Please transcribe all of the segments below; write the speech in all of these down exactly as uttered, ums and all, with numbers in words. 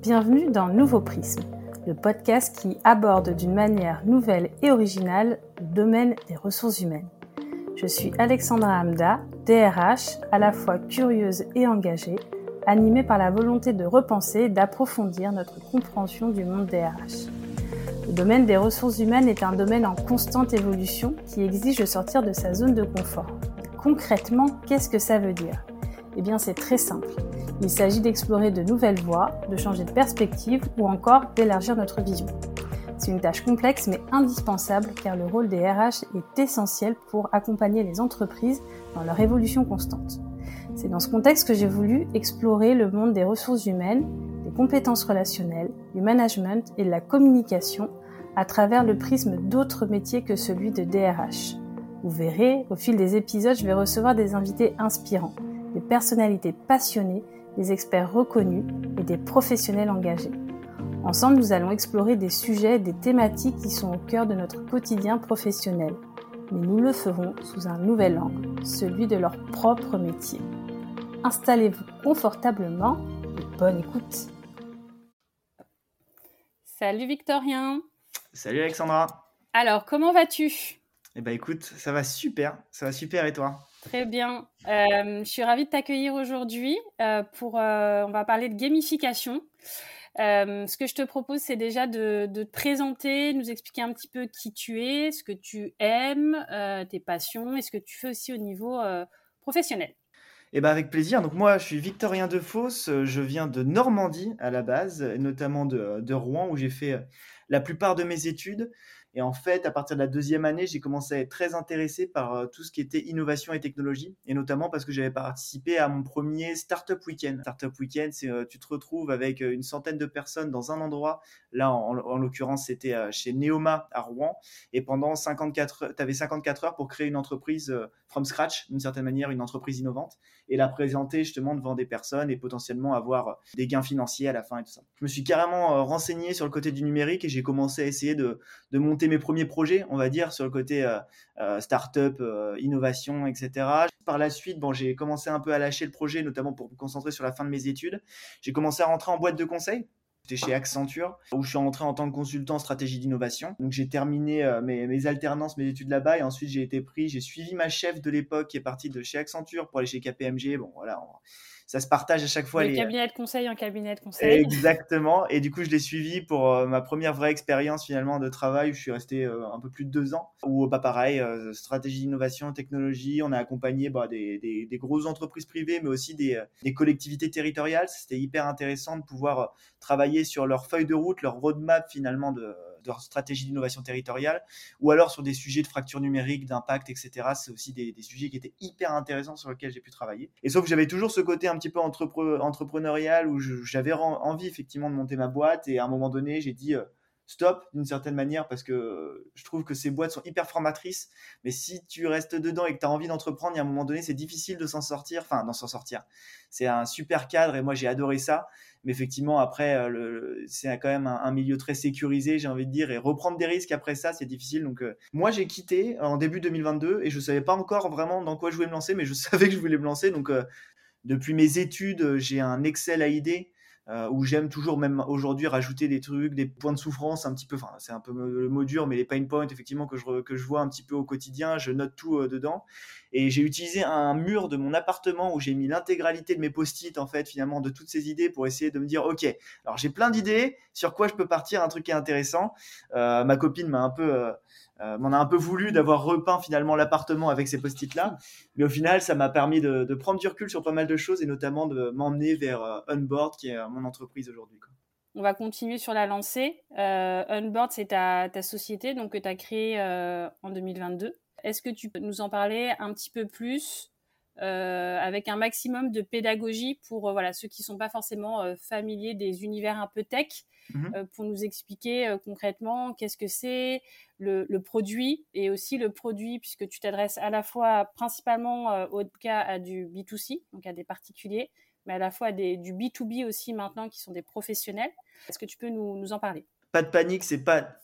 Bienvenue dans Nouveau Prisme, le podcast qui aborde d'une manière nouvelle et originale le domaine des ressources humaines. Je suis Alexandra Hamda, D R H, à la fois curieuse et engagée, animée par la volonté de repenser et d'approfondir notre compréhension du monde D R H. Le domaine des ressources humaines est un domaine en constante évolution qui exige de sortir de sa zone de confort. Concrètement, qu'est-ce que ça veut dire ? Eh bien, c'est très simple. Il s'agit d'explorer de nouvelles voies, de changer de perspective ou encore d'élargir notre vision. C'est une tâche complexe mais indispensable car le rôle des R H est essentiel pour accompagner les entreprises dans leur évolution constante. C'est dans ce contexte que j'ai voulu explorer le monde des ressources humaines, des compétences relationnelles, du management et de la communication à travers le prisme d'autres métiers que celui de D R H. Vous verrez, au fil des épisodes, je vais recevoir des invités inspirants, des personnalités passionnées, des experts reconnus et des professionnels engagés. Ensemble, nous allons explorer des sujets, des thématiques qui sont au cœur de notre quotidien professionnel. Mais nous le ferons sous un nouvel angle, celui de leur propre métier. Installez-vous confortablement et bonne écoute. Salut Victorien. Salut Alexandra. Alors, comment vas-tu ? Eh ben écoute, ça va super, ça va super et toi ? Très bien. Euh, je suis ravie de t'accueillir aujourd'hui euh, pour, euh, on va parler de gamification. Euh, ce que je te propose, c'est déjà de, de te présenter, nous expliquer un petit peu qui tu es, ce que tu aimes, euh, tes passions et ce que tu fais aussi au niveau euh, professionnel. Eh ben avec plaisir. Donc moi, je suis Victorien Defosse, euh, je viens de Normandie à la base, notamment de, de Rouen où j'ai fait euh, la plupart de mes études. Et en fait, à partir de la deuxième année, j'ai commencé à être très intéressé par euh, tout ce qui était innovation et technologie, et notamment parce que j'avais participé à mon premier Startup Weekend. Startup Weekend, c'est euh, tu te retrouves avec euh, une centaine de personnes dans un endroit. Là, en, en l'occurrence, c'était euh, chez Neoma à Rouen, et pendant cinquante-quatre, tu avais cinquante-quatre heures pour créer une entreprise euh, from scratch, d'une certaine manière, une entreprise innovante, et la présenter justement devant des personnes et potentiellement avoir euh, des gains financiers à la fin et tout ça. Je me suis carrément euh, renseigné sur le côté du numérique et j'ai commencé à essayer de, de monter mes premiers projets, on va dire, sur le côté euh, euh, start-up, euh, innovation, et cetera. Par la suite, bon, j'ai commencé un peu à lâcher le projet, notamment pour me concentrer sur la fin de mes études. J'ai commencé à rentrer en boîte de conseil. J'étais chez Accenture, où je suis rentré en tant que consultant en stratégie d'innovation. Donc j'ai terminé euh, mes, mes alternances, mes études là-bas, et ensuite j'ai été pris, j'ai suivi ma chef de l'époque qui est partie de chez Accenture pour aller chez K P M G. Bon, voilà, on, ça se partage à chaque fois. De les cabinet de conseil en cabinet de conseil. Exactement. Et du coup, je l'ai suivi pour euh, ma première vraie expérience finalement de travail où je suis resté euh, un peu plus de deux ans. Où bah pareil, euh, stratégie d'innovation, technologie, on a accompagné bah, des, des, des grosses entreprises privées, mais aussi des, des collectivités territoriales. C'était hyper intéressant de pouvoir euh, travailler sur leur feuille de route, leur roadmap finalement de, de leur stratégie d'innovation territoriale, ou alors sur des sujets de fracture numérique, d'impact, et cetera. C'est aussi des, des sujets qui étaient hyper intéressants sur lesquels j'ai pu travailler. Et sauf que j'avais toujours ce côté un petit peu entrepre- entrepreneurial où je, j'avais ren- envie effectivement de monter ma boîte, et à un moment donné, j'ai dit euh, stop d'une certaine manière parce que euh, je trouve que ces boîtes sont hyper formatrices, mais si tu restes dedans et que tu as envie d'entreprendre, il y a un moment donné, c'est difficile de s'en sortir, enfin d'en s'en sortir. C'est un super cadre et moi j'ai adoré ça. Mais effectivement, après, euh, le, c'est quand même un, un milieu très sécurisé, j'ai envie de dire, et reprendre des risques après ça, c'est difficile. Donc, euh, moi, j'ai quitté en début deux mille vingt-deux et je savais pas encore vraiment dans quoi je voulais me lancer, mais je savais que je voulais me lancer. Donc, euh, depuis mes études, j'ai un Excel à idées euh, où j'aime toujours, même aujourd'hui, rajouter des trucs, des points de souffrance un petit peu. Enfin, c'est un peu le mot dur, mais les pain points, effectivement, que je, que je vois un petit peu au quotidien, je note tout euh, dedans. Et j'ai utilisé un mur de mon appartement où j'ai mis l'intégralité de mes post-it, en fait, finalement, de toutes ces idées pour essayer de me dire, OK, alors j'ai plein d'idées, sur quoi je peux partir, un truc qui est intéressant. Euh, ma copine m'a un peu... Euh, Euh, m'en a un peu voulu d'avoir repeint finalement l'appartement avec ces post-it là, mais au final ça m'a permis de, de prendre du recul sur pas mal de choses et notamment de m'emmener vers euh, Onboard qui est euh, mon entreprise aujourd'hui, quoi. On va continuer sur la lancée. Euh, Onboard, c'est ta, ta société donc, que tu as créée euh, en deux mille vingt-deux. Est-ce que tu peux nous en parler un petit peu plus euh, avec un maximum de pédagogie pour euh, voilà, ceux qui ne sont pas forcément euh, familiers des univers un peu tech, Mm-hmm. euh, pour nous expliquer euh, concrètement qu'est-ce que c'est, le, le produit et aussi le produit, puisque tu t'adresses à la fois principalement euh, au cas à du B deux C, donc à des particuliers, mais à la fois des, du B deux B aussi maintenant qui sont des professionnels. Est-ce que tu peux nous, nous en parler ? Pas de panique, c'est pas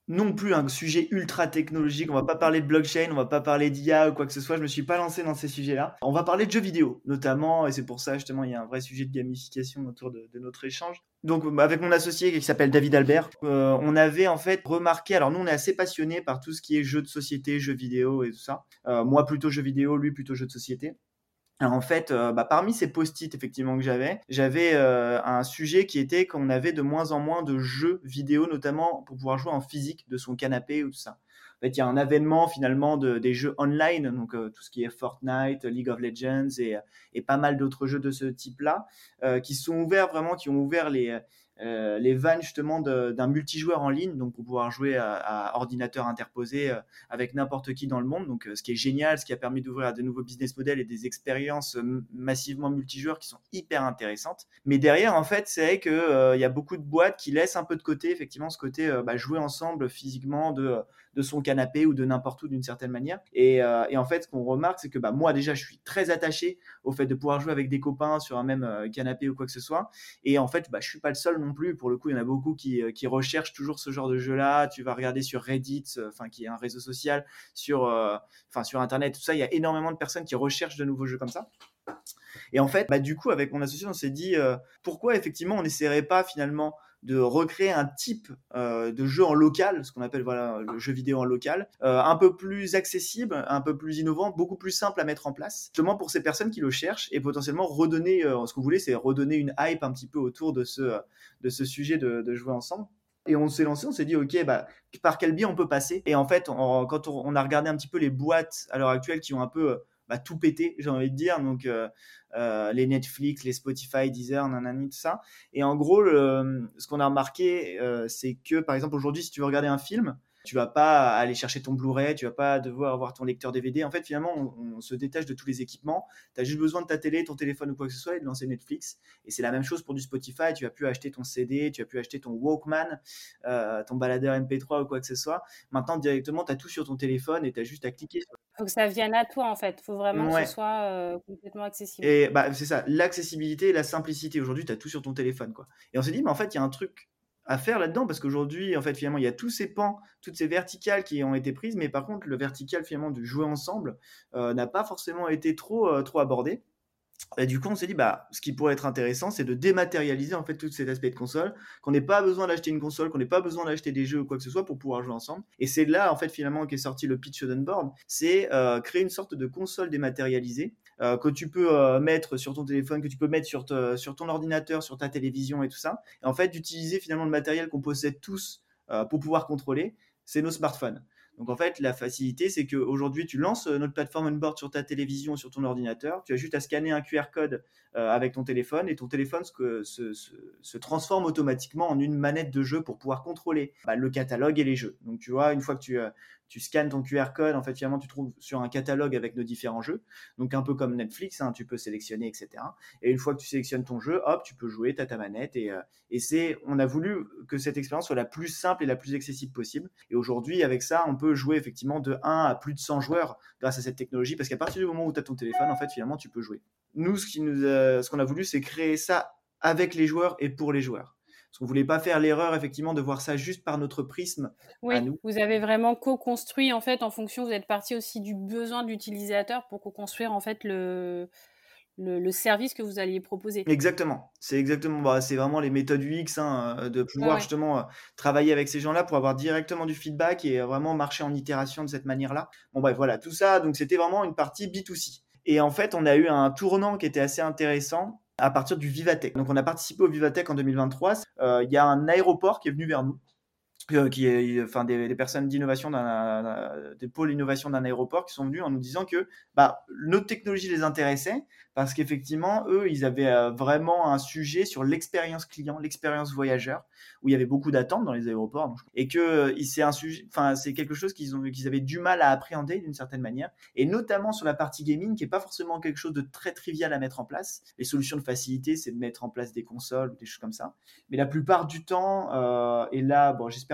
non plus un sujet ultra technologique. On va pas parler de blockchain, on va pas parler d'I A ou quoi que ce soit. Je me suis pas lancé dans ces sujets-là. On va parler de jeux vidéo, notamment, et c'est pour ça, justement, il y a un vrai sujet de gamification autour de, de notre échange. Donc, avec mon associé qui s'appelle David Albert, euh, on avait en fait remarqué, alors nous, on est assez passionnés par tout ce qui est jeux de société, jeux vidéo et tout ça. Euh, moi, plutôt jeux vidéo, lui, plutôt jeux de société. Alors en fait, euh, bah, parmi ces post-it effectivement que j'avais, j'avais euh, un sujet qui était qu'on avait de moins en moins de jeux vidéo, notamment pour pouvoir jouer en physique de son canapé ou tout ça. En fait, il y a un avènement finalement de, des jeux online, donc euh, tout ce qui est Fortnite, League of Legends et, et pas mal d'autres jeux de ce type-là, euh, qui sont ouverts vraiment, qui ont ouvert les, euh, les vannes justement de, d'un multijoueur en ligne, donc pour pouvoir jouer à, à ordinateur interposé euh, avec n'importe qui dans le monde. Donc, euh, ce qui est génial, ce qui a permis d'ouvrir à de nouveaux business models et des expériences euh, massivement multijoueurs qui sont hyper intéressantes. Mais derrière, en fait, c'est que euh, il y a beaucoup de boîtes qui laissent un peu de côté effectivement ce côté euh, bah, jouer ensemble physiquement de de son canapé ou de n'importe où d'une certaine manière. Et, euh, et en fait, ce qu'on remarque, c'est que bah, moi déjà, je suis très attaché au fait de pouvoir jouer avec des copains sur un même euh, canapé ou quoi que ce soit. Et en fait, bah, je suis pas le seul non plus. Pour le coup, il y en a beaucoup qui, euh, qui recherchent toujours ce genre de jeu-là. Tu vas regarder sur Reddit, enfin euh, qui est un réseau social, sur, euh, sur Internet, tout ça. Il y a énormément de personnes qui recherchent de nouveaux jeux comme ça. Et en fait, bah, du coup, avec mon associé, on s'est dit euh, pourquoi effectivement on n'essaierait pas finalement de recréer un type euh, de jeu en local, ce qu'on appelle voilà le jeu vidéo en local, euh, un peu plus accessible, un peu plus innovant, beaucoup plus simple à mettre en place, justement pour ces personnes qui le cherchent et potentiellement redonner, euh, ce qu'on voulait, c'est redonner une hype un petit peu autour de ce de ce sujet de, de jouer ensemble. Et on s'est lancé, on s'est dit, ok, bah, par quel biais on peut passer. Et en fait, on, quand on, on a regardé un petit peu les boîtes à l'heure actuelle qui ont un peu bah, tout pété, j'ai envie de dire, donc euh, euh, les Netflix, les Spotify, Deezer, nanani, tout ça. Et en gros, le, ce qu'on a remarqué, euh, c'est que, par exemple, aujourd'hui, si tu veux regarder un film, tu vas pas aller chercher ton Blu-ray, tu vas pas devoir avoir ton lecteur D V D. En fait, finalement, on, on se détache de tous les équipements. Tu as juste besoin de ta télé, ton téléphone ou quoi que ce soit et de lancer Netflix. Et c'est la même chose pour du Spotify. Tu vas plus acheter ton C D, tu vas plus acheter ton Walkman, euh, ton baladeur M P trois ou quoi que ce soit. Maintenant, directement, tu as tout sur ton téléphone et tu as juste à cliquer sur. Faut que ça vienne à toi en fait. Faut vraiment Ouais. que ce soit euh, complètement accessible. Et bah, c'est ça, l'accessibilité et la simplicité. Aujourd'hui, tu as tout sur ton téléphone, quoi. Et on s'est dit, mais en fait, il y a un truc à faire là-dedans parce qu'aujourd'hui, en fait, finalement, il y a tous ces pans, toutes ces verticales qui ont été prises, mais par contre, le vertical finalement de jouer ensemble euh, n'a pas forcément été trop, euh, trop abordé. Et du coup, on s'est dit, bah, ce qui pourrait être intéressant, c'est de dématérialiser en fait tout cet aspect de console, qu'on n'ait pas besoin d'acheter une console, qu'on n'ait pas besoin d'acheter des jeux ou quoi que ce soit pour pouvoir jouer ensemble. Et c'est là, en fait, finalement, qu'est sorti le pitch on board, c'est euh, créer une sorte de console dématérialisée euh, que tu peux euh, mettre sur ton téléphone, que tu peux mettre sur, te, sur ton ordinateur, sur ta télévision et tout ça. Et en fait, d'utiliser finalement le matériel qu'on possède tous euh, pour pouvoir contrôler, c'est nos smartphones. Donc en fait, la facilité, c'est qu'aujourd'hui, tu lances notre plateforme on-board sur ta télévision, sur ton ordinateur, tu as juste à scanner un Q R code euh, avec ton téléphone et ton téléphone se, se, se, se transforme automatiquement en une manette de jeu pour pouvoir contrôler bah, le catalogue et les jeux. Donc tu vois, une fois que tu, euh, tu scannes ton Q R code, en fait, finalement, tu trouves sur un catalogue avec nos différents jeux. Donc un peu comme Netflix, hein, tu peux sélectionner, et cetera. Et une fois que tu sélectionnes ton jeu, hop, tu peux jouer, tu as ta manette. Et, euh, et c'est, on a voulu que cette expérience soit la plus simple et la plus accessible possible. Et aujourd'hui, avec ça, on peut jouer effectivement de un à plus de cent joueurs grâce à cette technologie, parce qu'à partir du moment où tu as ton téléphone, en fait, finalement, tu peux jouer. Nous, ce, qui nous a, ce qu'on a voulu, c'est créer ça avec les joueurs et pour les joueurs. Parce qu'on ne voulait pas faire l'erreur, effectivement, de voir ça juste par notre prisme oui, à nous. Vous avez vraiment co-construit, en fait, en fonction, vous êtes parti aussi du besoin de l'utilisateur pour co-construire, en fait, le... Le, le service que vous alliez proposer. Exactement, c'est exactement, bah, c'est vraiment les méthodes U X, hein, de pouvoir ah ouais. justement euh, travailler avec ces gens-là pour avoir directement du feedback et euh, vraiment marcher en itération de cette manière-là. Bon bref, voilà, tout ça, donc c'était vraiment une partie B deux C. Et en fait, on a eu un tournant qui était assez intéressant à partir du Vivatech. Donc on a participé au Vivatech en deux mille vingt-trois. Il euh, y a un aéroport qui est venu vers nous. Qui est, enfin, des, des personnes d'innovation, d'un, d'un, des pôles d'innovation d'un aéroport qui sont venus en nous disant que bah, notre technologie les intéressait parce qu'effectivement, eux, ils avaient vraiment un sujet sur l'expérience client, l'expérience voyageur, où il y avait beaucoup d'attentes dans les aéroports, donc, et que c'est un sujet, enfin, c'est quelque chose qu'ils ont, qu'ils avaient du mal à appréhender d'une certaine manière, et notamment sur la partie gaming, qui est pas forcément quelque chose de très trivial à mettre en place. Les solutions de facilité, c'est de mettre en place des consoles ou des choses comme ça, mais la plupart du temps, euh, et là, bon, j'espère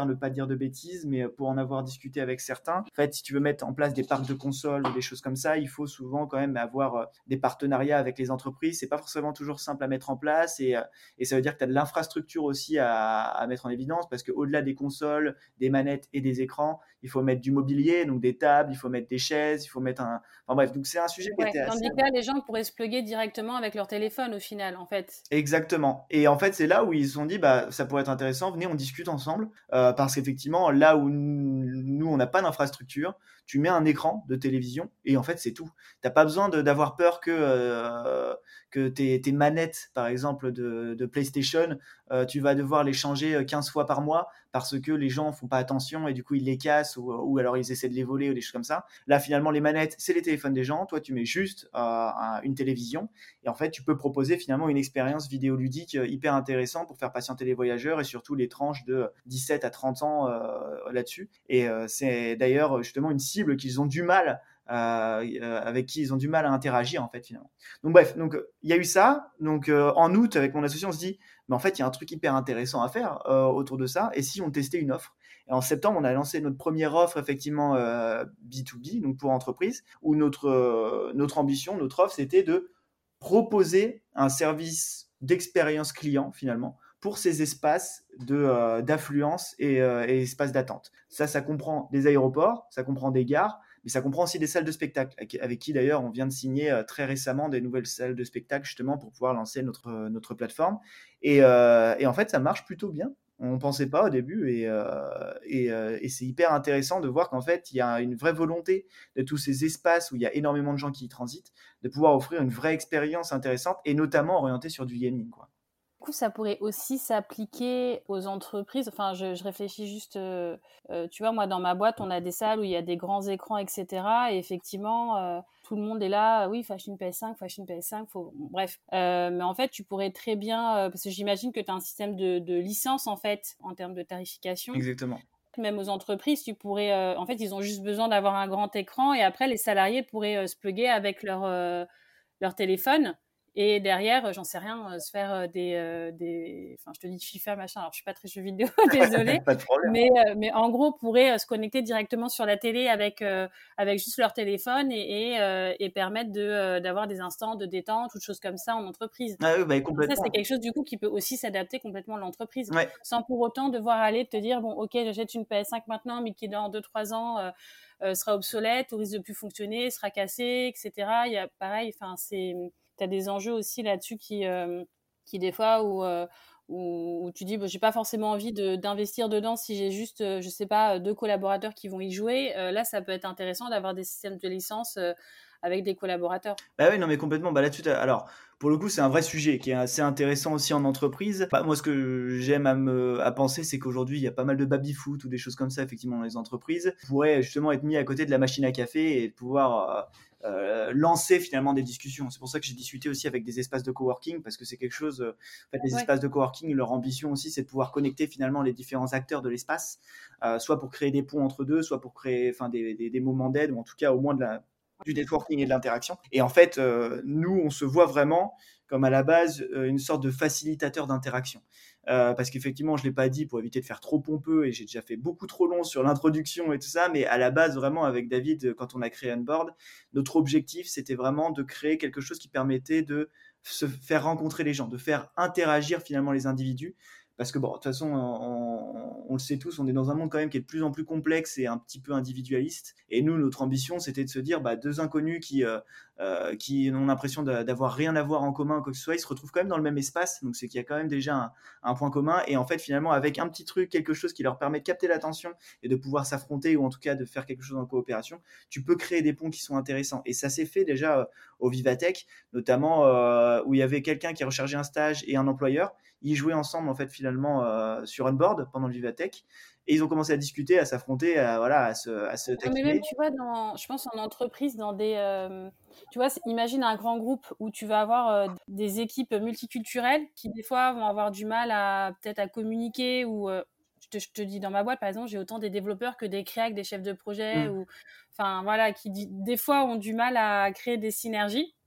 ne pas dire de bêtises, mais pour en avoir discuté avec certains, en fait, si tu veux mettre en place des parcs de consoles ou des choses comme ça, il faut souvent quand même avoir des partenariats avec les entreprises. C'est pas forcément toujours simple à mettre en place et, et ça veut dire que tu as de l'infrastructure aussi à, à mettre en évidence parce qu'au-delà des consoles, des manettes et des écrans, il faut mettre du mobilier, donc des tables, il faut mettre des chaises, il faut mettre un... Enfin bref, donc c'est un sujet qui Ouais, était tandis assez... que là, les gens pourraient se plugger directement avec leur téléphone au final, en fait. Exactement. Et en fait, c'est là où ils se sont dit, bah, ça pourrait être intéressant, venez, on discute ensemble. Euh, parce qu'effectivement, là où nous, on n'a pas d'infrastructure, tu mets un écran de télévision et en fait, c'est tout. Tu n'as pas besoin de, d'avoir peur que, euh, que tes, tes manettes, par exemple, de, de PlayStation, euh, tu vas devoir les changer quinze fois par mois parce que les gens font pas attention et du coup, ils les cassent ou, ou alors ils essaient de les voler ou des choses comme ça. Là, finalement, les manettes, c'est les téléphones des gens. Toi, tu mets juste euh, une télévision et en fait, tu peux proposer finalement une expérience vidéoludique hyper intéressante pour faire patienter les voyageurs et surtout les tranches de dix-sept à trente ans euh, là-dessus. Et euh, c'est d'ailleurs justement une cible qu'ils ont du mal Euh, euh, avec qui ils ont du mal à interagir en fait finalement. Donc bref, donc il y a eu ça. Donc euh, en août avec mon associé on se dit mais en fait il y a un truc hyper intéressant à faire euh, autour de ça et si on testait une offre. Et en septembre on a lancé notre première offre effectivement euh, B deux B donc pour entreprise où notre euh, notre ambition, notre offre c'était de proposer un service d'expérience client finalement pour ces espaces de, euh, d'affluence et, euh, et espaces d'attente. Ça, ça comprend des aéroports, ça comprend des gares, mais ça comprend aussi des salles de spectacle, avec qui d'ailleurs on vient de signer euh, très récemment des nouvelles salles de spectacle justement pour pouvoir lancer notre, euh, notre plateforme. Et, euh, et en fait, ça marche plutôt bien. On ne pensait pas au début et, euh, et, euh, et c'est hyper intéressant de voir qu'en fait, il y a une vraie volonté de tous ces espaces où il y a énormément de gens qui y transitent, de pouvoir offrir une vraie expérience intéressante et notamment orientée sur du gaming, quoi. Du coup, ça pourrait aussi s'appliquer aux entreprises. Enfin, je, je réfléchis juste, euh, euh, tu vois, moi, dans ma boîte, on a des salles où il y a des grands écrans, et cetera. Et effectivement, euh, tout le monde est là, oui, faut acheter une P S cinq, faut acheter une P S cinq, faut... Bref. Euh, mais en fait, tu pourrais très bien, euh, parce que j'imagine que tu as un système de, de licence, en fait, en termes de tarification. Exactement. Même aux entreprises, tu pourrais, euh, en fait, ils ont juste besoin d'avoir un grand écran et après, les salariés pourraient euh, se plugger avec leur, euh, leur téléphone. Et derrière, j'en sais rien, euh, se faire euh, des, euh, des... Enfin, je te dis FIFA, machin. Alors, je suis pas très jeu vidéo, désolée. Pas de problème. Mais, euh, mais en gros, pourraient euh, se connecter directement sur la télé avec, euh, avec juste leur téléphone et, et, euh, et permettre de, euh, d'avoir des instants de détente ou de choses comme ça en entreprise. Ah oui, bah, Donc complètement. ça, c'est quelque chose, du coup, qui peut aussi s'adapter complètement à l'entreprise. Ouais. Sans pour autant devoir aller te dire, bon, ok, j'achète une P S cinq maintenant, mais qui dans deux trois ans euh, euh, sera obsolète ou risque de plus fonctionner, sera cassée, et cetera. Il y a pareil, enfin, c'est... T'as des enjeux aussi là-dessus qui, euh, qui des fois, où, euh, où, où tu dis, bon, j'ai pas forcément envie de, d'investir dedans si j'ai juste, euh, je sais pas, deux collaborateurs qui vont y jouer. Euh, là, ça peut être intéressant d'avoir des systèmes de licence euh, avec des collaborateurs. Bah oui, non, mais complètement. Bah là-dessus, t'as- alors, pour le coup, c'est un vrai sujet qui est assez intéressant aussi en entreprise. Bah, moi, ce que j'aime à, me, à penser, c'est qu'aujourd'hui, il y a pas mal de baby-foot ou des choses comme ça, effectivement, dans les entreprises, qui pourraient justement être mis à côté de la machine à café et pouvoir euh, euh, lancer finalement des discussions. C'est pour ça que j'ai discuté aussi avec des espaces de coworking, parce que c'est quelque chose... euh, en fait, les Ouais. espaces de coworking, leur ambition aussi, c'est de pouvoir connecter finalement les différents acteurs de l'espace, euh, soit pour créer des ponts entre deux, soit pour créer enfin, des, des, des moments d'aide, ou en tout cas au moins de la du networking et de l'interaction. Et en fait, euh, nous, on se voit vraiment comme à la base euh, une sorte de facilitateur d'interaction. Euh, parce qu'effectivement, je ne l'ai pas dit pour éviter de faire trop pompeux et j'ai déjà fait beaucoup trop long sur l'introduction et tout ça, mais à la base, vraiment, avec David, quand on a créé Onboard, notre objectif, c'était vraiment de créer quelque chose qui permettait de se faire rencontrer les gens, de faire interagir finalement les individus. Parce que bon, de toute façon, on, on le sait tous, on est dans un monde quand même qui est de plus en plus complexe et un petit peu individualiste. Et nous, notre ambition, c'était de se dire, bah, deux inconnus qui, euh, euh, qui ont l'impression d'avoir rien à voir en commun, quoi que ce soit, ils se retrouvent quand même dans le même espace. Donc c'est qu'il y a quand même déjà un, un point commun. Et en fait, finalement, avec un petit truc, quelque chose qui leur permet de capter l'attention et de pouvoir s'affronter ou en tout cas de faire quelque chose en coopération, tu peux créer des ponts qui sont intéressants. Et ça s'est fait déjà euh, au Vivatech, notamment euh, où il y avait quelqu'un qui rechargeait un stage et un employeur. Ils jouaient ensemble en fait finalement euh, sur Onboard pendant le Vivatech et ils ont commencé à discuter, à s'affronter, à voilà, à se, à se taquiner. Non, mais même tu vois, dans, je pense en entreprise, dans des, euh, tu vois, imagine un grand groupe où tu vas avoir euh, des équipes multiculturelles qui des fois vont avoir du mal à peut-être à communiquer ou euh, je, te, je te dis dans ma boîte par exemple, j'ai autant des développeurs que des créacs, des chefs de projet Mm. ou enfin voilà qui des fois ont du mal à créer des synergies.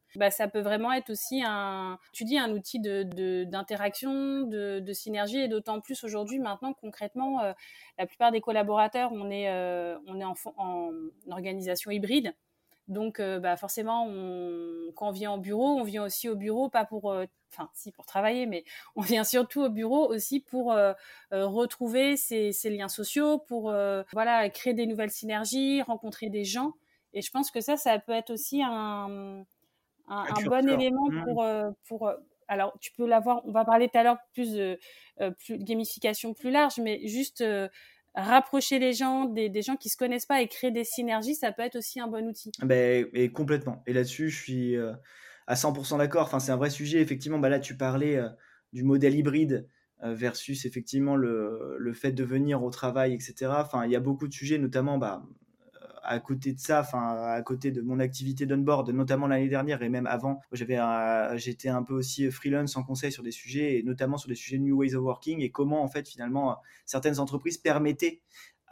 Bah, ça peut vraiment être aussi un, tu dis, un outil de, de, d'interaction, de, de synergie, et d'autant plus aujourd'hui, maintenant, concrètement, euh, la plupart des collaborateurs, on est, euh, on est en, en organisation hybride. Donc, euh, bah, forcément, on, quand on vient au bureau, on vient aussi au bureau, pas pour, euh, enfin, si, pour travailler, mais on vient surtout au bureau aussi pour euh, euh, retrouver ces, ces liens sociaux, pour euh, voilà, créer des nouvelles synergies, rencontrer des gens. Et je pense que ça, ça peut être aussi un, un, Un un bon curseur. élément Mmh. pour, euh, pour euh, alors, tu peux l'avoir, on va parler tout à l'heure plus de euh, plus, de gamification plus large, mais juste euh, rapprocher les gens, des, des gens qui se connaissent pas et créer des synergies, ça peut être aussi un bon outil. Ben, et complètement. Et là-dessus, je suis euh, à cent pour cent d'accord. Enfin, c'est un vrai sujet. Effectivement, bah là, tu parlais euh, du modèle hybride euh, versus effectivement le, le fait de venir au travail, et cetera. Enfin, il y a beaucoup de sujets, notamment bah, à côté de ça, enfin à côté de mon activité d'onboard, notamment l'année dernière et même avant, j'avais un- j'étais un peu aussi freelance en conseil sur des sujets, et notamment sur des sujets de New Ways of Working, et comment en fait finalement certaines entreprises permettaient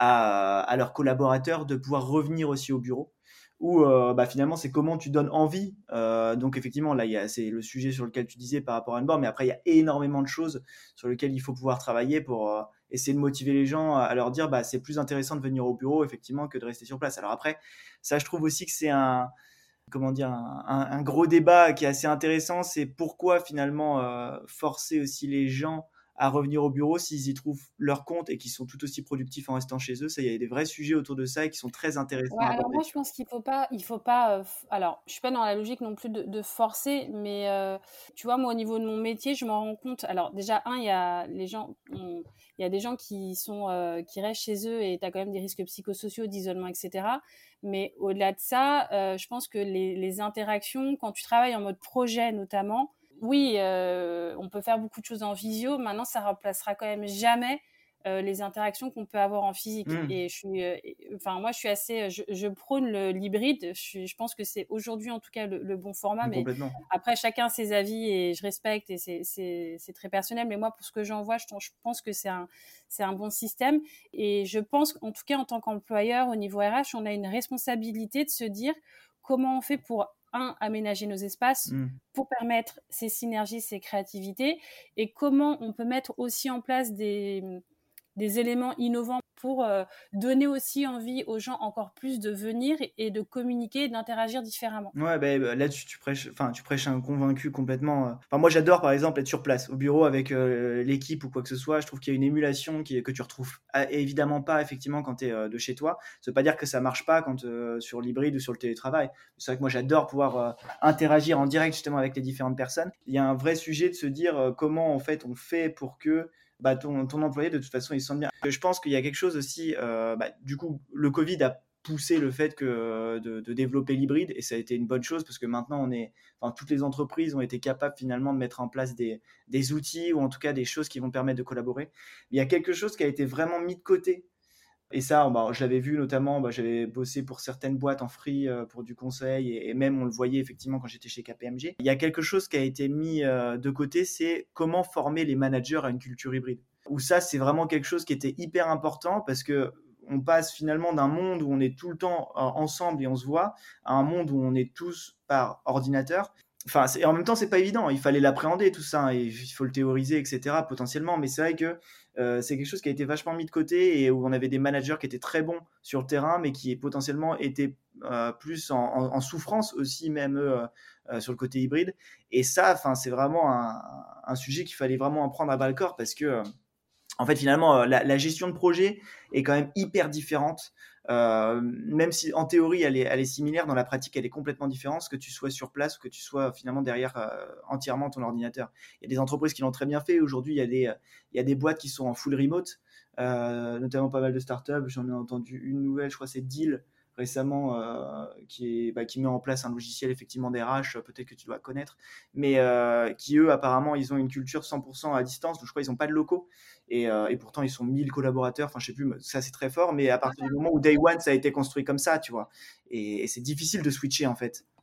à, à leurs collaborateurs de pouvoir revenir aussi au bureau. Ou euh, bah, finalement c'est comment tu donnes envie. Euh, donc effectivement là il y a, c'est le sujet sur lequel tu disais par rapport à onboard, mais après il y a énormément de choses sur lesquelles il faut pouvoir travailler pour euh, essayer de motiver les gens à leur dire bah c'est plus intéressant de venir au bureau effectivement que de rester sur place. Alors après, ça je trouve aussi que c'est un comment dire un, un, un gros débat qui est assez intéressant, c'est pourquoi finalement euh, forcer aussi les gens à revenir au bureau s'ils y trouvent leur compte et qu'ils sont tout aussi productifs en restant chez eux. Ça, il y a des vrais sujets autour de ça et qui sont très intéressants Ouais, à alors aborder. moi je pense qu'il faut pas, il faut pas. Euh, f- alors, je suis pas dans la logique non plus de, de forcer, mais euh, tu vois, moi au niveau de mon métier, je m'en rends compte. Alors déjà, un, il y a les gens, on- il y a des gens qui sont, euh, qui restent chez eux et tu as quand même des risques psychosociaux, d'isolement, et cetera. Mais au-delà de ça, euh, je pense que les, les interactions, quand tu travailles en mode projet notamment, oui, euh, on peut faire beaucoup de choses en visio. Maintenant, ça remplacera quand même jamais euh, les interactions qu'on peut avoir en physique. Mmh, Et je suis, euh, enfin moi je suis assez, je, je prône le, l'hybride. Je, suis, je pense que c'est aujourd'hui en tout cas le, le bon format. Mais complètement. après chacun ses avis et je respecte et c'est, c'est, c'est très personnel. Mais moi pour ce que j'en vois, je, je pense que c'est un, c'est un bon système. Et je pense qu'en tout cas en tant qu'employeur au niveau R H, on a une responsabilité de se dire comment on fait pour un, aménager nos espaces Mmh. pour permettre ces synergies, ces créativités, et comment on peut mettre aussi en place des des éléments innovants pour euh, donner aussi envie aux gens encore plus de venir et, et de communiquer et d'interagir différemment. Ouais, bah, bah, là, tu, tu prêches, enfin, tu prêches un convaincu complètement. euh. Enfin, moi, j'adore, par exemple, être sur place, au bureau avec euh, l'équipe ou quoi que ce soit. Je trouve qu'il y a une émulation qui, est- que tu retrouves ah, évidemment pas, effectivement, quand tu es de chez toi. Ça veut pas dire que ça marche pas quand euh, sur l'hybride ou sur le télétravail. C'est vrai que moi, j'adore pouvoir euh, interagir en direct, justement, avec les différentes personnes. Il y a un vrai sujet de se dire euh, comment, en fait, on fait pour que bah, ton, ton employé, de toute façon, il se sente bien. Je pense qu'il y a quelque chose aussi, euh, bah, du coup, le Covid a pousser le fait que de, de développer l'hybride, et ça a été une bonne chose parce que maintenant on est, enfin, toutes les entreprises ont été capables finalement de mettre en place des, des outils ou en tout cas des choses qui vont permettre de collaborer. Il y a quelque chose qui a été vraiment mis de côté, et ça bah, je l'avais vu notamment, bah, j'avais bossé pour certaines boîtes en free euh, pour du conseil, et, et même on le voyait effectivement quand j'étais chez K P M G. Il y a quelque chose qui a été mis euh, de côté, c'est comment former les managers à une culture hybride, où ça c'est vraiment quelque chose qui était hyper important parce que on passe finalement d'un monde où on est tout le temps euh, ensemble et on se voit à un monde où on est tous par ordinateur. Enfin, c'est, en même temps, c'est pas évident. Il fallait l'appréhender tout ça, et il faut le théoriser, et cetera. Potentiellement, mais c'est vrai que euh, c'est quelque chose qui a été vachement mis de côté et où on avait des managers qui étaient très bons sur le terrain, mais qui potentiellement étaient euh, plus en, en, en souffrance aussi, même eux, euh, euh, sur le côté hybride. Et ça, enfin, c'est vraiment un, un sujet qu'il fallait vraiment en prendre à bas le corps parce que euh, en fait, finalement, euh, la, la gestion de projet est quand même hyper différente. Euh, même si en théorie elle est, elle est similaire, dans la pratique elle est complètement différente, que tu sois sur place ou que tu sois finalement derrière euh, entièrement ton ordinateur. Il y a des entreprises qui l'ont très bien fait. Aujourd'hui, il y a des, il y a des boîtes qui sont en full remote, euh, notamment pas mal de startups. J'en ai entendu une nouvelle, je crois que c'est Deal récemment, euh, qui, est, bah, qui met en place un logiciel effectivement d'R H, peut-être que tu dois connaître, mais euh, qui eux apparemment ils ont une culture cent pour cent à distance, donc je crois qu'ils n'ont pas de locaux. Et, euh, et pourtant ils sont mille collaborateurs, enfin je sais plus, ça c'est très fort, mais à partir du moment où Day One ça a été construit comme ça, tu vois, et, et c'est difficile de switcher en fait.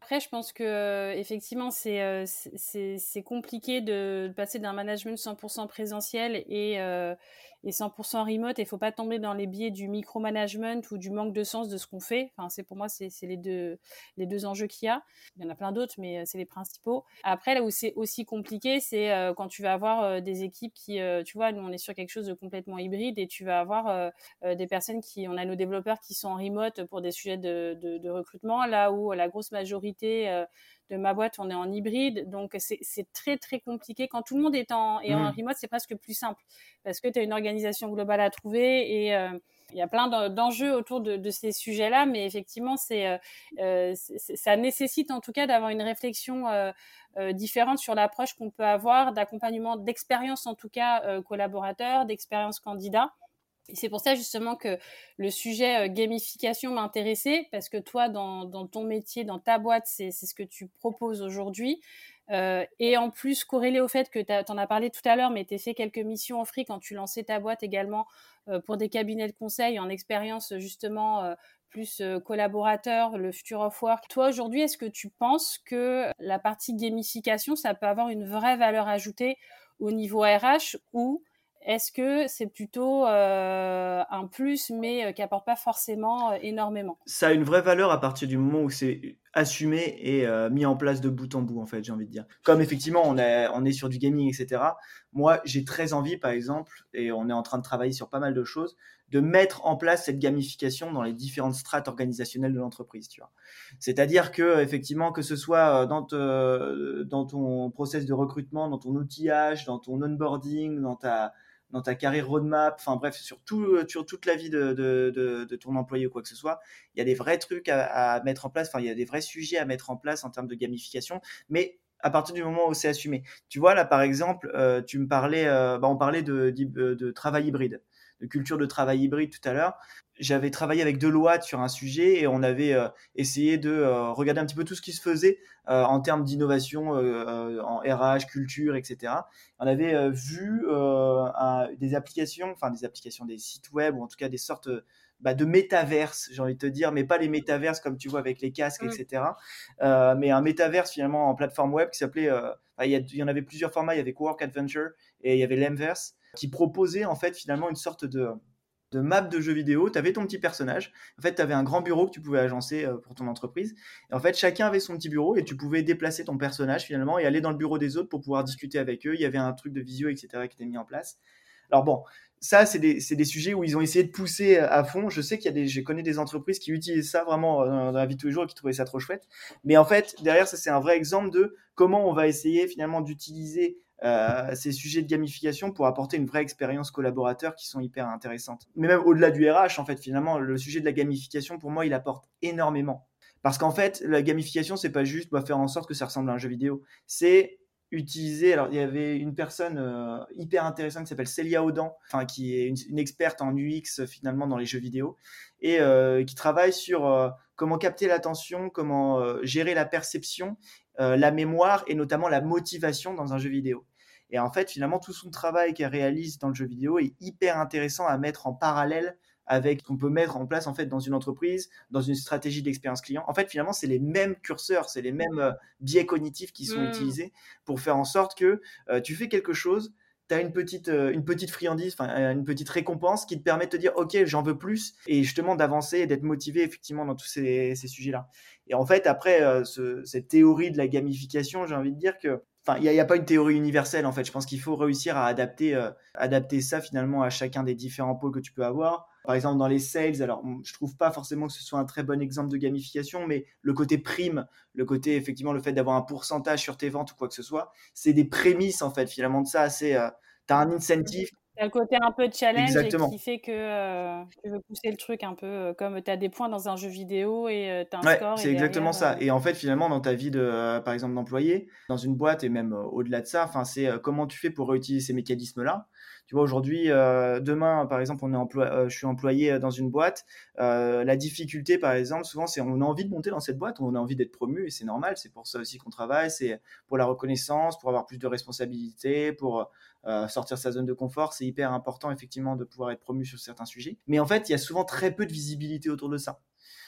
Après, je pense que euh, effectivement, c'est, euh, c'est, c'est compliqué de passer d'un management cent pour cent présentiel et, euh, et cent pour cent remote. Il ne faut pas tomber dans les biais du micromanagement ou du manque de sens de ce qu'on fait. Enfin, c'est, pour moi, c'est, c'est les, deux, les deux enjeux qu'il y a. Il y en a plein d'autres, mais c'est les principaux. Après, là où c'est aussi compliqué, c'est euh, quand tu vas avoir euh, des équipes qui, euh, tu vois, nous, on est sur quelque chose de complètement hybride et tu vas avoir euh, euh, des personnes qui, on a nos développeurs qui sont en remote pour des sujets de, de, de recrutement, là où la grosse majorité de ma boîte, on est en hybride, donc c'est, c'est très très compliqué. Quand tout le monde est en, est en remote, c'est presque plus simple, parce que tu as une organisation globale à trouver, et euh, il y a plein d'enjeux autour de, de ces sujets-là, mais effectivement, c'est, euh, c'est, ça nécessite en tout cas d'avoir une réflexion euh, euh, différente sur l'approche qu'on peut avoir, d'accompagnement, d'expérience en tout cas euh, collaborateur, d'expérience candidat. Et c'est pour ça justement que le sujet euh, gamification m'intéressait, parce que toi, dans, dans ton métier, dans ta boîte, c'est, c'est ce que tu proposes aujourd'hui. Euh, et en plus, corrélé au fait que tu en as parlé tout à l'heure, mais tu as fait quelques missions en free quand tu lançais ta boîte également euh, pour des cabinets de conseil en expérience justement euh, plus euh, collaborateur, le future of work. Toi, aujourd'hui, est-ce que tu penses que la partie gamification, ça peut avoir une vraie valeur ajoutée au niveau R H, ou est-ce que c'est plutôt euh, un plus, mais euh, qui n'apporte pas forcément euh, énormément? Ça a une vraie valeur à partir du moment où c'est assumé et euh, mis en place de bout en bout, en fait, j'ai envie de dire. Comme effectivement, on est, on est sur du gaming, et cetera. Moi, j'ai très envie, par exemple, et on est en train de travailler sur pas mal de choses, de mettre en place cette gamification dans les différentes strates organisationnelles de l'entreprise, tu vois. C'est-à-dire que, effectivement, que ce soit dans, te, dans ton process de recrutement, dans ton outillage, dans ton onboarding, dans ta dans ta carrière roadmap, enfin bref, sur, tout, sur toute la vie de, de, de, de ton employé ou quoi que ce soit, il y a des vrais trucs à, à mettre en place, enfin il y a des vrais sujets à mettre en place en termes de gamification, mais à partir du moment où c'est assumé. Tu vois, là par exemple, euh, tu me parlais, euh, bah, on parlait de, de, de travail hybride, de culture de travail hybride tout à l'heure. J'avais travaillé avec Deloitte sur un sujet et on avait euh, essayé de euh, regarder un petit peu tout ce qui se faisait euh, en termes d'innovation euh, en R H, culture, et cetera. On avait euh, vu euh, un, des applications, enfin des applications, des sites web, ou en tout cas des sortes bah, de métaverses, j'ai envie de te dire, mais pas les métaverses comme tu vois avec les casques, mmh. et cetera. Euh, mais un métaverse finalement en plateforme web qui s'appelait, euh, il, y a, il y en avait plusieurs formats, il y avait Work Adventure et il y avait l'Emverse, qui proposait en fait finalement une sorte de de map de jeux vidéo. Tu avais ton petit personnage. En fait, tu avais un grand bureau que tu pouvais agencer euh, pour ton entreprise. Et en fait, chacun avait son petit bureau et tu pouvais déplacer ton personnage finalement et aller dans le bureau des autres pour pouvoir discuter avec eux. Il y avait un truc de visio, et cetera qui était mis en place. Alors bon, ça, c'est des, c'est des sujets où ils ont essayé de pousser à fond. Je sais qu'il y a des, je connais des entreprises qui utilisent ça vraiment dans, dans la vie de tous les jours et qui trouvaient ça trop chouette. Mais en fait, derrière, ça, c'est un vrai exemple de comment on va essayer finalement d'utiliser Euh, ces sujets de gamification pour apporter une vraie expérience collaborateur qui sont hyper intéressantes. Mais même au-delà du R H, en fait, finalement, le sujet de la gamification, pour moi, il apporte énormément. Parce qu'en fait, la gamification, c'est pas juste bah, faire en sorte que ça ressemble à un jeu vidéo. C'est utiliser. Alors, il y avait une personne euh, hyper intéressante qui s'appelle Célia Audan, enfin, qui est une, une experte en U X finalement dans les jeux vidéo et euh, qui travaille sur euh, comment capter l'attention, comment euh, gérer la perception, euh, la mémoire et notamment la motivation dans un jeu vidéo. Et en fait, finalement, tout son travail qu'elle réalise dans le jeu vidéo est hyper intéressant à mettre en parallèle avec ce qu'on peut mettre en place en fait dans une entreprise, dans une stratégie d'expérience client. En fait, finalement, c'est les mêmes curseurs, c'est les mêmes euh, biais cognitifs qui sont mmh. utilisés pour faire en sorte que euh, tu fais quelque chose, tu as une petite, euh, une petite friandise, une petite récompense qui te permet de te dire « Ok, j'en veux plus » et justement d'avancer et d'être motivé effectivement dans tous ces, ces sujets-là. Et en fait, après, euh, ce, cette théorie de la gamification, j'ai envie de dire que Enfin, il n'y a, a pas une théorie universelle en fait. Je pense qu'il faut réussir à adapter, euh, adapter ça finalement à chacun des différents pôles que tu peux avoir. Par exemple, dans les sales, alors je trouve pas forcément que ce soit un très bon exemple de gamification, mais le côté prime, le côté effectivement le fait d'avoir un pourcentage sur tes ventes ou quoi que ce soit, c'est des prémices en fait finalement de ça. C'est, euh, t'as un incentive. Il y a le côté un peu challenge Exactement. Et qui fait que euh, tu veux pousser le truc un peu euh, comme tu as des points dans un jeu vidéo et euh, tu as un ouais, score. C'est et exactement derrière, ça. Et en fait, finalement, dans ta vie de, euh, par exemple, d'employé, dans une boîte et même euh, au-delà de ça, c'est euh, comment tu fais pour réutiliser ces mécanismes-là. Tu vois, aujourd'hui, euh, demain, par exemple, on est emploi- euh, je suis employé dans une boîte. Euh, la difficulté, par exemple, souvent, c'est on a envie de monter dans cette boîte, on a envie d'être promu et c'est normal. C'est pour ça aussi qu'on travaille. C'est pour la reconnaissance, pour avoir plus de responsabilités, pour euh, sortir sa zone de confort. C'est hyper important, effectivement, de pouvoir être promu sur certains sujets. Mais en fait, il y a souvent très peu de visibilité autour de ça.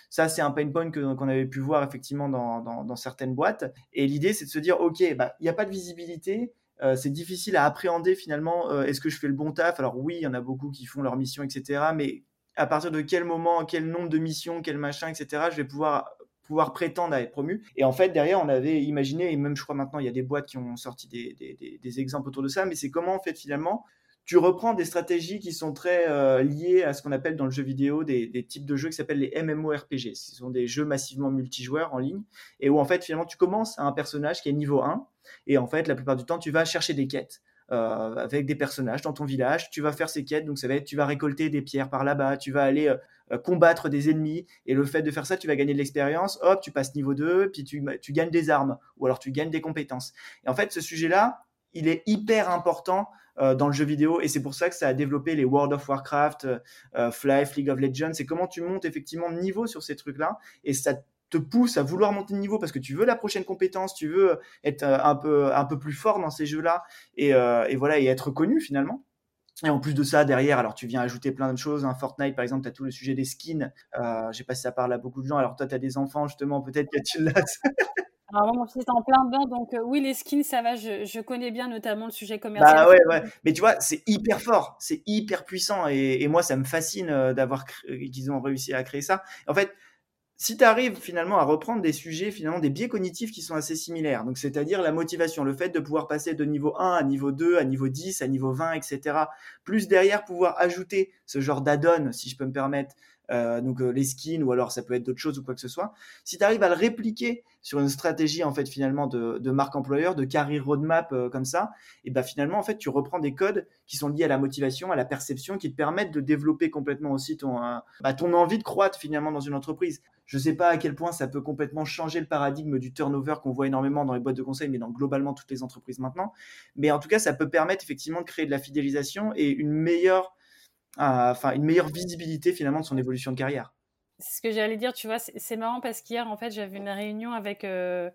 Ça, c'est un pain point que, qu'on avait pu voir effectivement dans, dans, dans certaines boîtes. Et l'idée, c'est de se dire, OK, bah, il n'y a pas de visibilité. Euh, c'est difficile à appréhender finalement. Euh, est-ce que je fais le bon taf? Alors oui, il y en a beaucoup qui font leur mission, et cetera. Mais à partir de quel moment, quel nombre de missions, quel machin, et cetera, je vais pouvoir pouvoir prétendre à être promu. Et en fait, derrière, on avait imaginé, et même je crois maintenant, il y a des boîtes qui ont sorti des, des, des, des exemples autour de ça, mais c'est comment en fait finalement, tu reprends des stratégies qui sont très euh, liées à ce qu'on appelle dans le jeu vidéo des, des types de jeux qui s'appellent les MMORPG. Ce sont des jeux massivement multijoueurs en ligne, et où en fait finalement, tu commences à un personnage qui est niveau un, et en fait, la plupart du temps, tu vas chercher des quêtes. Euh, avec des personnages dans ton village, tu vas faire ces quêtes, donc ça va être, tu vas récolter des pierres par là-bas, tu vas aller euh, combattre des ennemis, et le fait de faire ça, tu vas gagner de l'expérience, hop, tu passes niveau deux, puis tu, tu gagnes des armes, ou alors tu gagnes des compétences. Et en fait, ce sujet-là, il est hyper important euh, dans le jeu vidéo, et c'est pour ça que ça a développé les World of Warcraft, euh, Flife, League of Legends, c'est comment tu montes effectivement de niveau sur ces trucs-là, et ça te pousse à vouloir monter de niveau parce que tu veux la prochaine compétence, tu veux être un peu, un peu plus fort dans ces jeux-là et, euh, et voilà, et être connu finalement. Et en plus de ça, derrière, alors tu viens ajouter plein de choses. Hein. Fortnite, par exemple, tu as tout le sujet des skins. Euh, je sais pas si ça parle à beaucoup de gens. Alors toi, tu as des enfants, justement, peut-être que tu l'as. Alors, mon fils est en plein dedans, donc euh, oui, les skins, ça va, je, je connais bien notamment le sujet commercial. Bah ouais, ouais. Mais tu vois, c'est hyper fort, c'est hyper puissant. Et, et moi, ça me fascine euh, d'avoir cré- qu'ils ont réussi à créer ça. En fait, si tu arrives finalement à reprendre des sujets, finalement des biais cognitifs qui sont assez similaires, donc c'est-à-dire la motivation, le fait de pouvoir passer de niveau un à niveau deux, à niveau dix, à niveau vingt, et cetera, plus derrière pouvoir ajouter ce genre d'add-on, si je peux me permettre, euh, donc euh, les skins, ou alors ça peut être d'autres choses ou quoi que ce soit, si tu arrives à le répliquer sur une stratégie en fait finalement de, de marque employeur, de career roadmap euh, comme ça, et ben finalement en fait tu reprends des codes qui sont liés à la motivation, à la perception, qui te permettent de développer complètement aussi ton, euh, bah, ton envie de croître finalement dans une entreprise. Je ne sais pas à quel point ça peut complètement changer le paradigme du turnover qu'on voit énormément dans les boîtes de conseil, mais dans globalement toutes les entreprises maintenant. Mais en tout cas, ça peut permettre effectivement de créer de la fidélisation et une meilleure, euh, enfin, une meilleure visibilité finalement de son évolution de carrière. C'est ce que j'allais dire, tu vois, c'est, c'est marrant parce qu'hier, en fait, j'avais une réunion avec euh,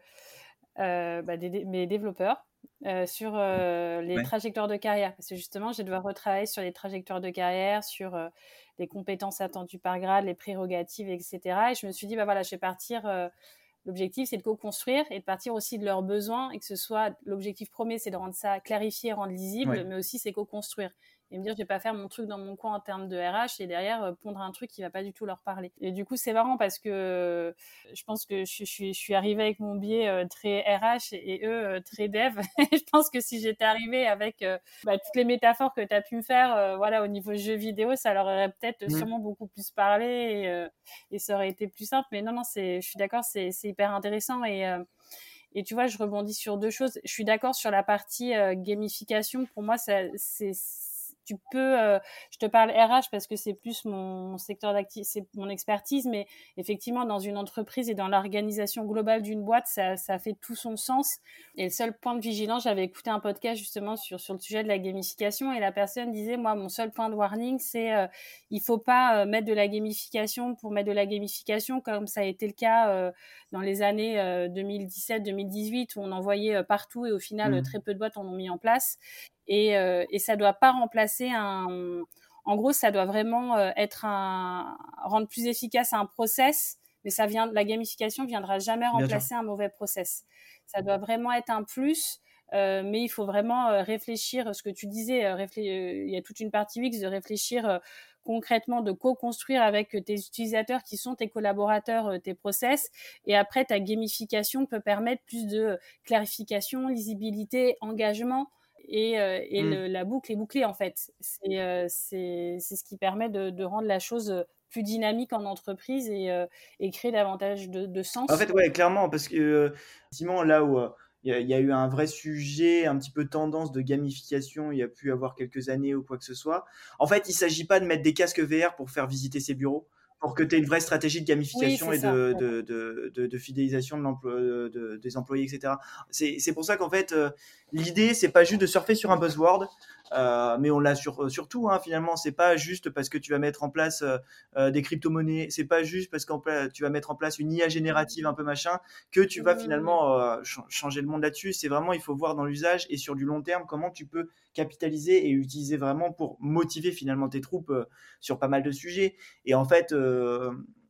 euh, bah, des, des, mes développeurs euh, sur euh, les ouais. trajectoires de carrière. Parce que justement, je vais devoir retravailler sur les trajectoires de carrière, sur euh, les compétences attendues par grade, les prérogatives, et cetera. Et je me suis dit, bah voilà, je vais partir. Euh, l'objectif, c'est de co-construire et de partir aussi de leurs besoins et que ce soit l'objectif premier, c'est de rendre ça clarifié, rendre lisible, ouais. mais aussi c'est co-construire. Et me dire, je vais pas faire mon truc dans mon coin en termes de R H et derrière euh, pondre un truc qui va pas du tout leur parler. Et du coup, c'est marrant parce que euh, je pense que je, je, suis, je suis arrivée avec mon biais euh, très R H et, et eux euh, très dev. Je pense que si j'étais arrivée avec euh, bah, toutes les métaphores que tu as pu me faire, euh, voilà, au niveau jeu vidéo, ça leur aurait peut-être mmh. sûrement beaucoup plus parlé et, euh, et ça aurait été plus simple. Mais non, non, c'est, je suis d'accord, c'est, c'est hyper intéressant et euh, Et tu vois, je rebondis sur deux choses. Je suis d'accord sur la partie euh, gamification. Pour moi, ça, c'est, tu peux, euh, je te parle R H parce que c'est plus mon secteur d'activité, c'est mon expertise, mais effectivement, dans une entreprise et dans l'organisation globale d'une boîte, ça, ça fait tout son sens. Et le seul point de vigilance, j'avais écouté un podcast justement sur, sur le sujet de la gamification et la personne disait, moi, mon seul point de warning, c'est euh, il faut pas euh, mettre de la gamification pour mettre de la gamification comme ça a été le cas euh, dans les années euh, deux mille dix-sept deux mille dix-huit où on en voyait euh, partout et au final, mmh. très peu de boîtes en ont mis en place. Et, euh, et ça doit pas remplacer un... En gros, ça doit vraiment euh, être un... rendre plus efficace un process, mais ça vient... la gamification viendra jamais remplacer un mauvais process. Ça doit vraiment être un plus, euh, mais il faut vraiment euh, réfléchir, ce que tu disais, euh, réflé... euh, il y a toute une partie U X de réfléchir euh, concrètement, de co-construire avec tes utilisateurs qui sont tes collaborateurs, euh, tes process, et après ta gamification peut permettre plus de clarification, lisibilité, engagement, et, euh, et mmh. le, la boucle est bouclée en fait. C'est, euh, c'est, c'est ce qui permet de, de rendre la chose plus dynamique en entreprise et, euh, et créer davantage de, de sens. En fait, ouais, clairement, parce que euh, effectivement, là où il euh, y, y a eu un vrai sujet, un petit peu tendance de gamification, il y a pu y avoir quelques années ou quoi que ce soit. En fait, il ne s'agit pas de mettre des casques V R pour faire visiter ses bureaux, pour que tu aies une vraie stratégie de gamification oui, et de, de, de, de, de fidélisation de l'emploi, de, des employés, et cetera. C'est, c'est pour ça qu'en fait, euh, l'idée, c'est pas juste de surfer sur un buzzword, euh, mais on l'a sur, surtout, hein, finalement, c'est pas juste parce que tu vas mettre en place euh, des crypto-monnaies, c'est pas juste parce que tu vas mettre en place une I A générative un peu machin, que tu vas finalement euh, ch- changer le monde là-dessus. C'est vraiment, il faut voir dans l'usage et sur du long terme comment tu peux capitaliser et utiliser vraiment pour motiver finalement tes troupes euh, sur pas mal de sujets. Et en fait, euh,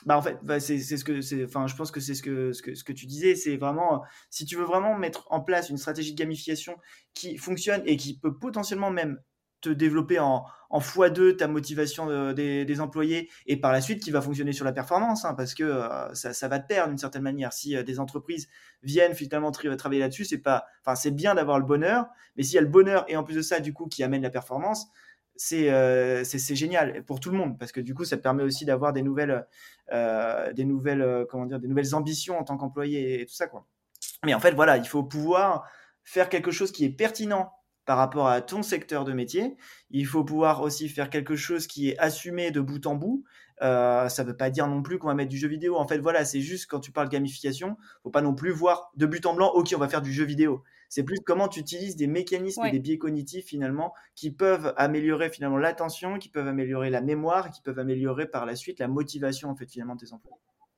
Bah en fait, bah c'est, c'est ce que c'est. Enfin, je pense que c'est ce que ce que ce que tu disais. C'est vraiment, si tu veux vraiment mettre en place une stratégie de gamification qui fonctionne et qui peut potentiellement même te développer en, en fois deux ta motivation de- des, des employés et par la suite qui va fonctionner sur la performance, hein, parce que euh, ça, ça va te perdre d'une certaine manière. Si euh, des entreprises viennent finalement tri- travailler là-dessus, c'est pas, enfin, c'est bien d'avoir le bonheur, mais s'il y a le bonheur et en plus de ça, du coup, qui amène la performance, c'est, euh, c'est, c'est génial pour tout le monde parce que du coup, ça te permet aussi d'avoir des nouvelles, euh, des nouvelles, euh, comment dire, des nouvelles ambitions en tant qu'employé et tout ça, quoi. Mais en fait, voilà, il faut pouvoir faire quelque chose qui est pertinent par rapport à ton secteur de métier. Il faut pouvoir aussi faire quelque chose qui est assumé de bout en bout. Euh, ça ne veut pas dire non plus qu'on va mettre du jeu vidéo. En fait, voilà, c'est juste quand tu parles gamification, faut pas non plus voir de but en blanc, ok, on va faire du jeu vidéo. C'est plus comment tu utilises des mécanismes et Ouais. des biais cognitifs finalement qui peuvent améliorer finalement l'attention, qui peuvent améliorer la mémoire, qui peuvent améliorer par la suite la motivation en fait finalement de tes employés.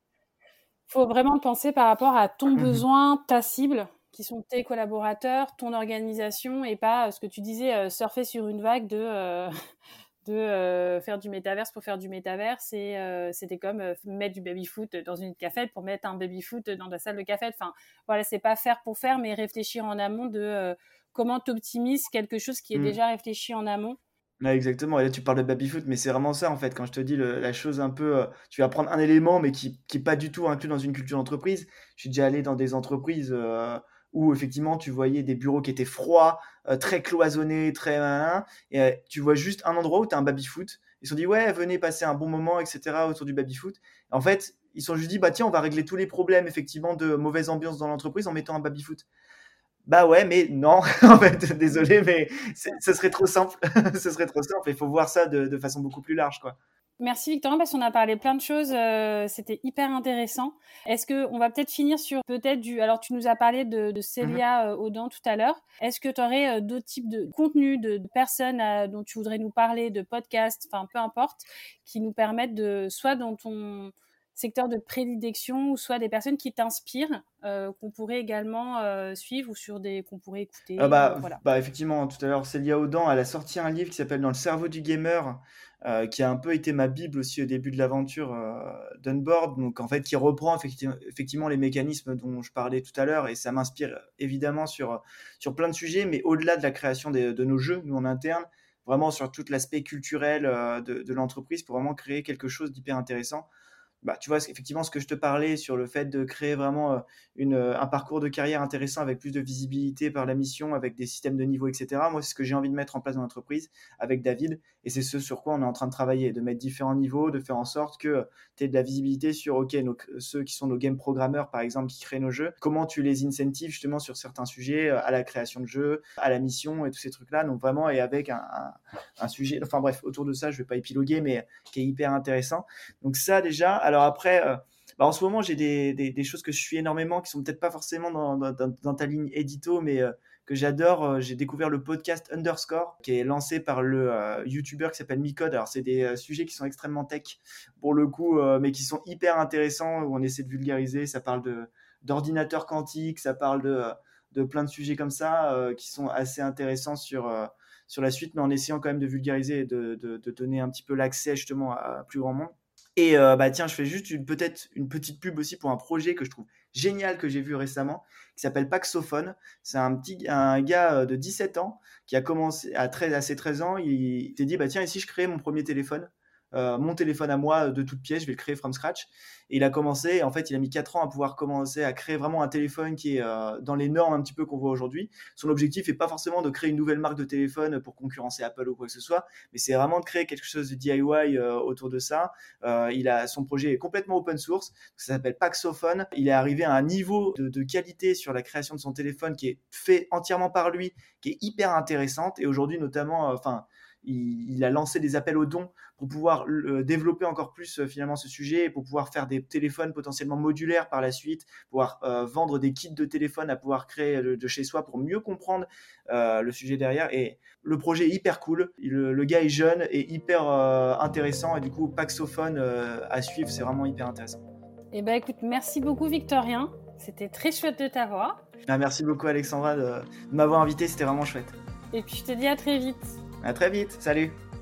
Faut vraiment penser par rapport à ton Mhm. besoin, ta cible, qui sont tes collaborateurs, ton organisation, et pas euh, ce que tu disais, euh, surfer sur une vague de, euh, de euh, faire du métaverse pour faire du métaverse. Et euh, c'était comme euh, mettre du baby-foot dans une cafette pour mettre un baby-foot dans la salle de cafette. Enfin, voilà, c'est pas faire pour faire, mais réfléchir en amont de euh, comment tu optimises quelque chose qui est Mhm. déjà réfléchi en amont. Ouais, exactement. Et là, tu parles de baby-foot, mais c'est vraiment ça, en fait. Quand je te dis le- la chose un peu, euh, tu vas prendre un élément, mais qui qui est pas du tout inclus dans une culture d'entreprise. Je suis déjà allé dans des entreprises euh, où, effectivement, tu voyais des bureaux qui étaient froids, euh, très cloisonnés, très... malin, et euh, tu vois juste un endroit où tu as un baby-foot. Ils se sont dit, ouais, venez passer un bon moment, et cetera autour du baby-foot. En fait, ils se sont juste dit, bah tiens, on va régler tous les problèmes, effectivement, de mauvaise ambiance dans l'entreprise en mettant un baby-foot. Bah ouais, mais non, en fait, désolé, mais c'est- ce serait trop simple. Ce serait trop simple. Il faut voir ça de, de façon beaucoup plus large, quoi. Merci Victorien, parce qu'on a parlé plein de choses, euh, c'était hyper intéressant. Est-ce que on va peut-être finir sur peut-être du... Alors tu nous as parlé de, de Mhm. Célia euh, Audan tout à l'heure. Est-ce que tu aurais euh, d'autres types de contenus, de, de personnes euh, dont tu voudrais nous parler, de podcasts, enfin peu importe, qui nous permettent de, soit dans ton secteur de prédilection, ou soit des personnes qui t'inspirent, euh, qu'on pourrait également euh, suivre, ou sur des qu'on pourrait Euh, écouter, ou bah, voilà. bah, effectivement, tout à l'heure, Célia Audan, elle a sorti un livre qui s'appelle Dans le cerveau du gamer, euh, qui a un peu été ma bible aussi au début de l'aventure euh, d'Unboard, donc en fait qui reprend effectivement, effectivement les mécanismes dont je parlais tout à l'heure, et ça m'inspire évidemment sur, sur plein de sujets, mais au-delà de la création des- de nos jeux, nous en interne, vraiment sur tout l'aspect culturel euh, de, de l'entreprise pour vraiment créer quelque chose d'hyper intéressant. Bah, tu vois, c'est effectivement ce que je te parlais sur le fait de créer vraiment euh, une, euh, un parcours de carrière intéressant avec plus de visibilité par la mission, avec des systèmes de niveau, et cetera. Moi, c'est ce que j'ai envie de mettre en place dans l'entreprise avec David, et c'est ce sur quoi on est en train de travailler, de mettre différents niveaux, de faire en sorte que tu aies de la visibilité sur, ok, nos- ceux qui sont nos game programmeurs, par exemple, qui créent nos jeux, comment tu les incentives justement sur certains sujets, euh, à la création de jeux, à la mission et tous ces trucs-là. Donc vraiment, et avec un, un, un sujet, enfin bref, autour de ça, je vais pas épiloguer, mais qui est hyper intéressant. Donc ça déjà. Alors après, euh, bah en ce moment j'ai des, des, des choses que je suis énormément qui sont peut-être pas forcément dans, dans, dans ta ligne édito, mais euh, que j'adore. Euh, J'ai découvert le podcast Underscore qui est lancé par le euh, YouTuber qui s'appelle Micode. Alors c'est des euh, sujets qui sont extrêmement tech pour le coup, euh, mais qui sont hyper intéressants où on essaie de vulgariser. Ça parle de d'ordinateurs quantiques, ça parle de de plein de sujets comme ça euh, qui sont assez intéressants sur euh, sur la suite, mais en essayant quand même de vulgariser et de, de, de donner un petit peu l'accès justement à, à plus grand monde. Et euh, bah tiens, je fais juste une peut-être une petite pub aussi pour un projet que je trouve génial que j'ai vu récemment, qui s'appelle Paxophone. C'est un petit un gars euh, de dix-sept ans qui a commencé à treize à ses treize ans, il s'est dit bah tiens, ici je crée mon premier téléphone. Euh, mon téléphone à moi de toutes pièces, je vais le créer from scratch. Et il a commencé, en fait, il a mis quatre ans à pouvoir commencer à créer vraiment un téléphone qui est euh, dans les normes un petit peu qu'on voit aujourd'hui. Son objectif n'est pas forcément de créer une nouvelle marque de téléphone pour concurrencer Apple ou quoi que ce soit, mais c'est vraiment de créer quelque chose de D I Y euh, autour de ça. Euh, il a, son projet est complètement open source, ça s'appelle Paxophone. Il est arrivé à un niveau de, de qualité sur la création de son téléphone qui est fait entièrement par lui, qui est hyper intéressante. Et aujourd'hui, notamment, enfin, euh, il, il a lancé des appels aux dons pour pouvoir euh, développer encore plus euh, finalement ce sujet et pour pouvoir faire des téléphones potentiellement modulaires par la suite, pouvoir euh, vendre des kits de téléphone à pouvoir créer de, de chez soi pour mieux comprendre euh, le sujet derrière. Et le projet est hyper cool, le, le gars est jeune et hyper euh, intéressant, et du coup Paxophone euh, à suivre, c'est vraiment hyper intéressant. Eh ben écoute, merci beaucoup Victorien, c'était très chouette de t'avoir. Ah, merci beaucoup Alexandra de, de m'avoir invité, c'était vraiment chouette. Et puis je te dis à très vite. À très vite, salut.